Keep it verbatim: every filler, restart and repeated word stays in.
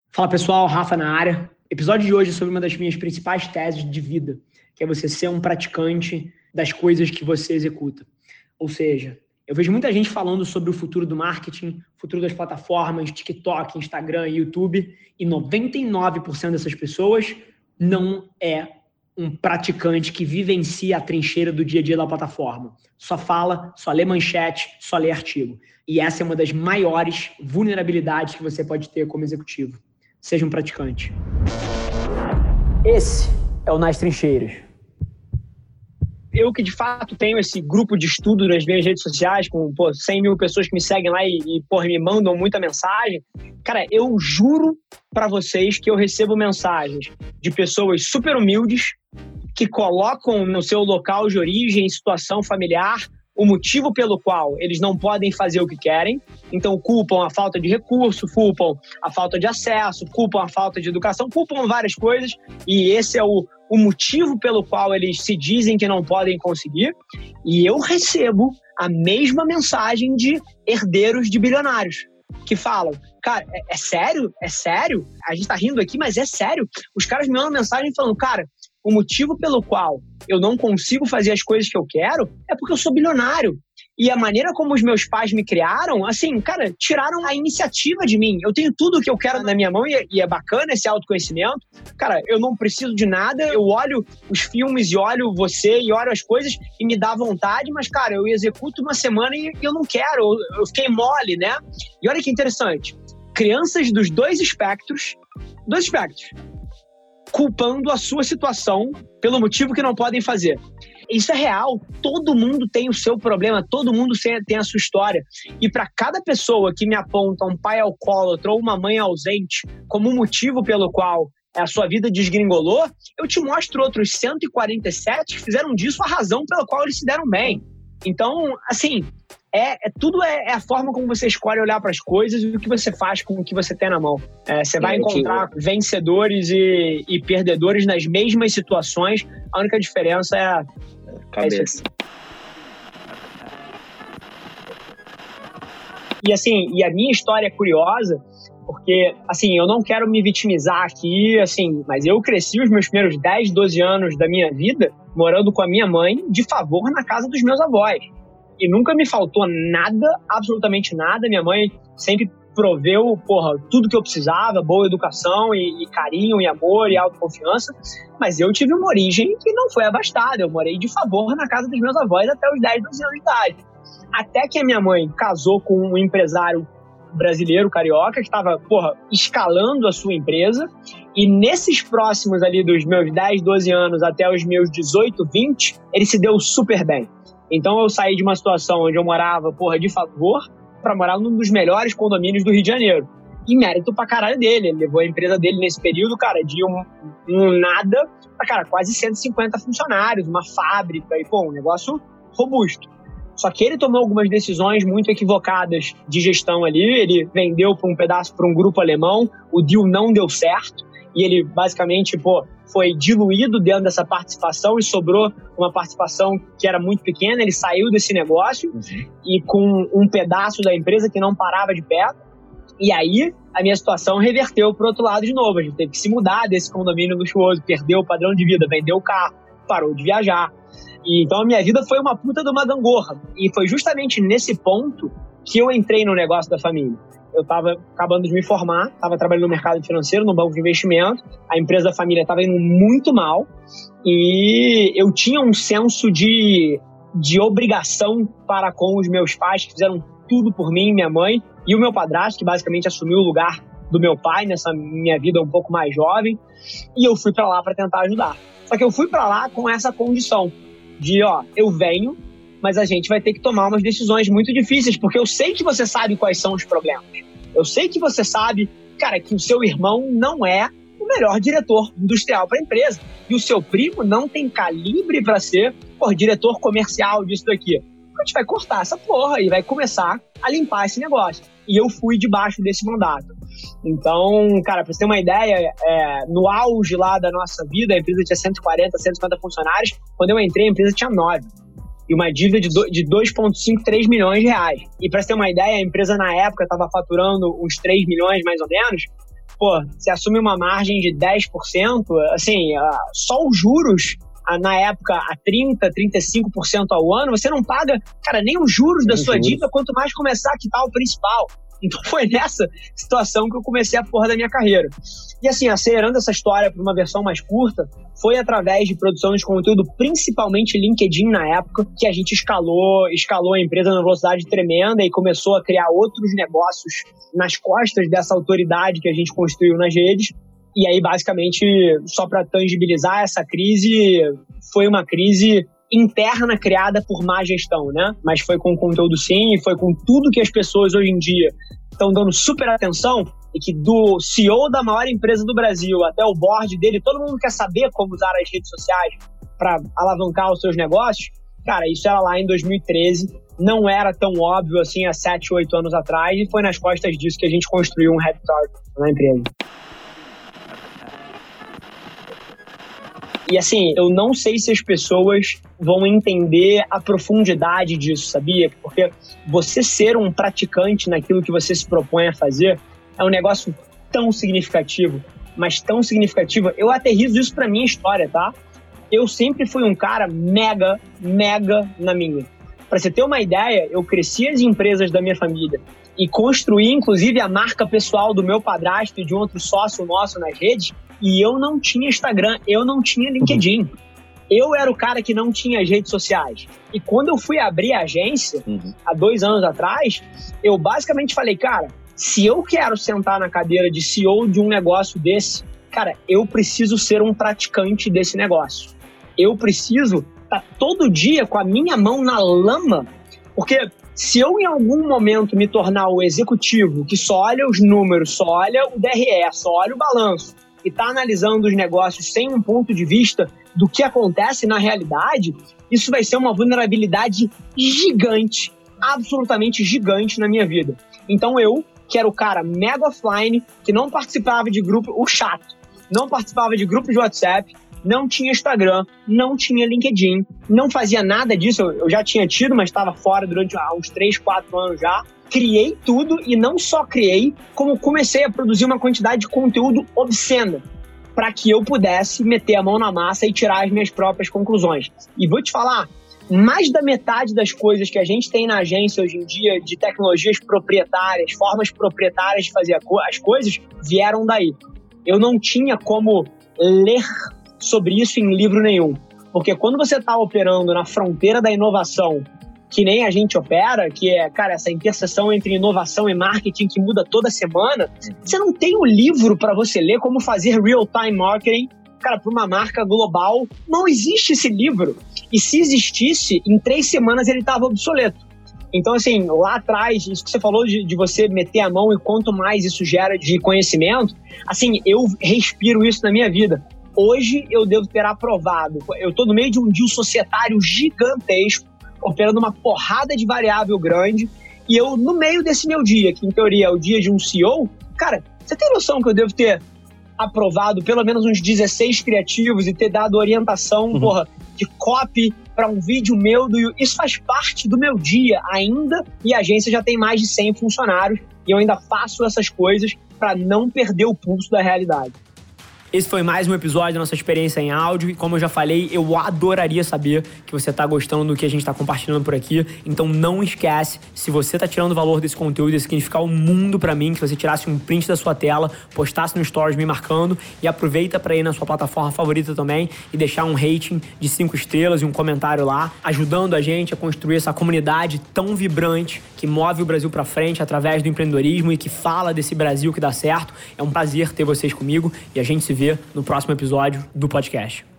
Fala pessoal, Rafa na área. O episódio de hoje é sobre uma das minhas principais teses de vida, que é você ser um praticante das coisas que você executa. Ou seja, eu vejo muita gente falando sobre o futuro do marketing, futuro das plataformas, TikTok, Instagram, YouTube, e noventa e nove por cento dessas pessoas não é um praticante que vivencia a trincheira do dia a dia da plataforma. Só fala, só lê manchete, só lê artigo. E essa é uma das maiores vulnerabilidades que você pode ter como executivo. Seja um praticante. Esse é o Nas Trincheiras. Eu que de fato tenho esse grupo de estudo nas minhas redes sociais com pô, cem mil pessoas que me seguem lá e, e pô, me mandam muita mensagem. Cara, eu juro pra vocês que eu recebo mensagens de pessoas super humildes que colocam no seu local de origem, situação familiar, o motivo pelo qual eles não podem fazer o que querem. Então culpam a falta de recurso, culpam a falta de acesso, culpam a falta de educação, culpam várias coisas. E esse é o, o motivo pelo qual eles se dizem que não podem conseguir. E eu recebo a mesma mensagem de herdeiros de bilionários que falam, cara, é, é sério? É sério? A gente tá rindo aqui, mas é sério? Os caras me mandam mensagem falando, cara, o motivo pelo qual eu não consigo fazer as coisas que eu quero é porque eu sou bilionário. E a maneira como os meus pais me criaram, assim, cara, tiraram a iniciativa de mim. Eu tenho tudo o que eu quero na minha mão e, e é bacana esse autoconhecimento. Cara, eu não preciso de nada, eu olho os filmes e olho você e olho as coisas e me dá vontade, mas, cara, eu executo uma semana e eu não quero, eu, eu fiquei mole, né? E olha que interessante, crianças dos dois espectros, dois espectros, culpando a sua situação pelo motivo que não podem fazer. Isso é real. Todo mundo tem o seu problema, todo mundo tem a sua história. E para cada pessoa que me aponta um pai alcoólatra ou uma mãe ausente como motivo pelo qual a sua vida desgringolou, eu te mostro outros cento e quarenta e sete que fizeram disso a razão pela qual eles se deram bem. Então, assim, é, é, tudo é, é a forma como você escolhe olhar para as coisas e o que você faz com o que você tem na mão. É, você vai encontrar vencedores e, e perdedores nas mesmas situações. A única diferença é a cabeça. É e assim, e a minha história é curiosa, porque, assim, eu não quero me vitimizar aqui, assim, mas eu cresci os meus primeiros dez, doze anos da minha vida morando com a minha mãe de favor na casa dos meus avós. E nunca me faltou nada, absolutamente nada. Minha mãe sempre proveu, porra, tudo que eu precisava, boa educação e, e carinho e amor e autoconfiança. Mas eu tive uma origem que não foi abastada. Eu morei de favor na casa dos meus avós até os dez, doze anos de idade. Até que a minha mãe casou com um empresário brasileiro, carioca, que estava, porra, escalando a sua empresa. E nesses próximos ali dos meus dez, doze anos até os meus dezoito, vinte, ele se deu super bem. Então eu saí de uma situação onde eu morava, porra, de favor, para morar num dos melhores condomínios do Rio de Janeiro. E mérito pra caralho dele. Ele levou a empresa dele nesse período, cara, de um, um nada pra, cara, quase cento e cinquenta funcionários, uma fábrica e, pô, um negócio robusto. Só que ele tomou algumas decisões muito equivocadas de gestão ali. Ele vendeu para um pedaço para um grupo alemão, o deal não deu certo e ele basicamente, pô, foi diluído dentro dessa participação e sobrou uma participação que era muito pequena. Ele saiu desse negócio uhum. e com um pedaço da empresa que não parava de pé. E aí a minha situação reverteu para o outro lado de novo. A gente teve que se mudar desse condomínio luxuoso, perdeu o padrão de vida, vendeu o carro, parou de viajar. E então a minha vida foi uma puta de uma gangorra. E foi justamente nesse ponto que eu entrei no negócio da família. Eu estava acabando de me formar, estava trabalhando no mercado financeiro, no banco de investimento. A empresa da família estava indo muito mal. E eu tinha um senso de, de obrigação para com os meus pais, que fizeram tudo por mim, minha mãe, e o meu padrasto, que basicamente assumiu o lugar do meu pai nessa minha vida um pouco mais jovem. E eu fui para lá para tentar ajudar. Só que eu fui para lá com essa condição de, ó, eu venho, mas a gente vai ter que tomar umas decisões muito difíceis, porque eu sei que você sabe quais são os problemas. Eu sei que você sabe, cara, que o seu irmão não é o melhor diretor industrial para a empresa. E o seu primo não tem calibre para ser, pô, diretor comercial disso daqui. A gente vai cortar essa porra e vai começar a limpar esse negócio. E eu fui debaixo desse mandato. Então, cara, pra você ter uma ideia, é, no auge lá da nossa vida, a empresa tinha cento e quarenta, cento e cinquenta funcionários. Quando eu entrei, a empresa tinha nove. E uma dívida de dois vírgula cinco, três milhões de reais. E pra você ter uma ideia, a empresa na época estava faturando uns três milhões, mais ou menos. pô, você assume uma margem de dez por cento, assim, só os juros, na época, a trinta por cento, trinta e cinco por cento ao ano, você não paga, cara, nem os juros da sua dívida, quanto mais começar a quitar o principal. Então foi nessa situação que eu comecei a porra da minha carreira. E assim, acelerando essa história para uma versão mais curta, foi através de produção de conteúdo, principalmente LinkedIn na época, que a gente escalou, escalou a empresa numa velocidade tremenda e começou a criar outros negócios nas costas dessa autoridade que a gente construiu nas redes. E aí, basicamente, só para tangibilizar essa crise, foi uma crise interna criada por má gestão, né? Mas foi com conteúdo sim, e foi com tudo que as pessoas hoje em dia estão dando super atenção, e que do C E O da maior empresa do Brasil até o board dele, todo mundo quer saber como usar as redes sociais para alavancar os seus negócios. Cara, isso era lá em dois mil e treze, não era tão óbvio assim há sete, oito anos atrás, e foi nas costas disso que a gente construiu um Head Start na empresa. E assim, eu não sei se as pessoas vão entender a profundidade disso, sabia? Porque você ser um praticante naquilo que você se propõe a fazer é um negócio tão significativo, mas tão significativo. Eu aterrizo isso pra minha história, tá? Eu sempre fui um cara mega, mega na minha. Pra você ter uma ideia, eu cresci as empresas da minha família e construí, inclusive, a marca pessoal do meu padrasto e de um outro sócio nosso nas redes, e eu não tinha Instagram, eu não tinha LinkedIn. Eu era o cara que não tinha as redes sociais. E quando eu fui abrir a agência, uhum. há dois anos atrás, eu basicamente falei, cara, se eu quero sentar na cadeira de C E O de um negócio desse, cara, eu preciso ser um praticante desse negócio. Eu preciso estar todo dia com a minha mão na lama, porque se eu em algum momento me tornar o executivo que só olha os números, só olha o D R E, só olha o balanço, e está analisando os negócios sem um ponto de vista do que acontece na realidade, isso vai ser uma vulnerabilidade gigante, absolutamente gigante na minha vida. Então eu, que era o cara mega offline, que não participava de grupo, o chato, não participava de grupo de WhatsApp, não tinha Instagram, não tinha LinkedIn, não fazia nada disso, eu já tinha tido, mas estava fora durante ah, uns três, quatro anos já. Criei tudo e não só criei, como comecei a produzir uma quantidade de conteúdo obscena para que eu pudesse meter a mão na massa e tirar as minhas próprias conclusões. E vou te falar, mais da metade das coisas que a gente tem na agência hoje em dia, de tecnologias proprietárias, formas proprietárias de fazer as coisas, vieram daí. Eu não tinha como ler sobre isso em livro nenhum, porque quando você está operando na fronteira da inovação, que nem a gente opera, que é, cara, essa interseção entre inovação e marketing que muda toda semana, você não tem um livro para você ler como fazer real-time marketing, cara, para uma marca global. Não existe esse livro. E se existisse, em três semanas ele estava obsoleto. Então, assim, lá atrás, isso que você falou de, de você meter a mão e quanto mais isso gera de conhecimento, assim, eu respiro isso na minha vida. Hoje eu devo ter aprovado. Eu estou no meio de um deal societário gigantesco, operando uma porrada de variável grande, e eu, no meio desse meu dia, que em teoria é o dia de um C E O, cara, você tem noção que eu devo ter aprovado pelo menos uns dezesseis criativos e ter dado orientação, uhum. porra, de copy para um vídeo meu, do... isso faz parte do meu dia ainda, e a agência já tem mais de cem funcionários, e eu ainda faço essas coisas para não perder o pulso da realidade. Esse foi mais um episódio da nossa experiência em áudio. E como eu já falei, eu adoraria saber que você está gostando do que a gente está compartilhando por aqui. Então não esquece, se você está tirando valor desse conteúdo, ia significar o mundo para mim, que você tirasse um print da sua tela, postasse no Stories me marcando, e aproveita para ir na sua plataforma favorita também e deixar um rating de cinco estrelas e um comentário lá, ajudando a gente a construir essa comunidade tão vibrante que move o Brasil para frente através do empreendedorismo e que fala desse Brasil que dá certo. É um prazer ter vocês comigo e a gente se vê no próximo episódio do podcast.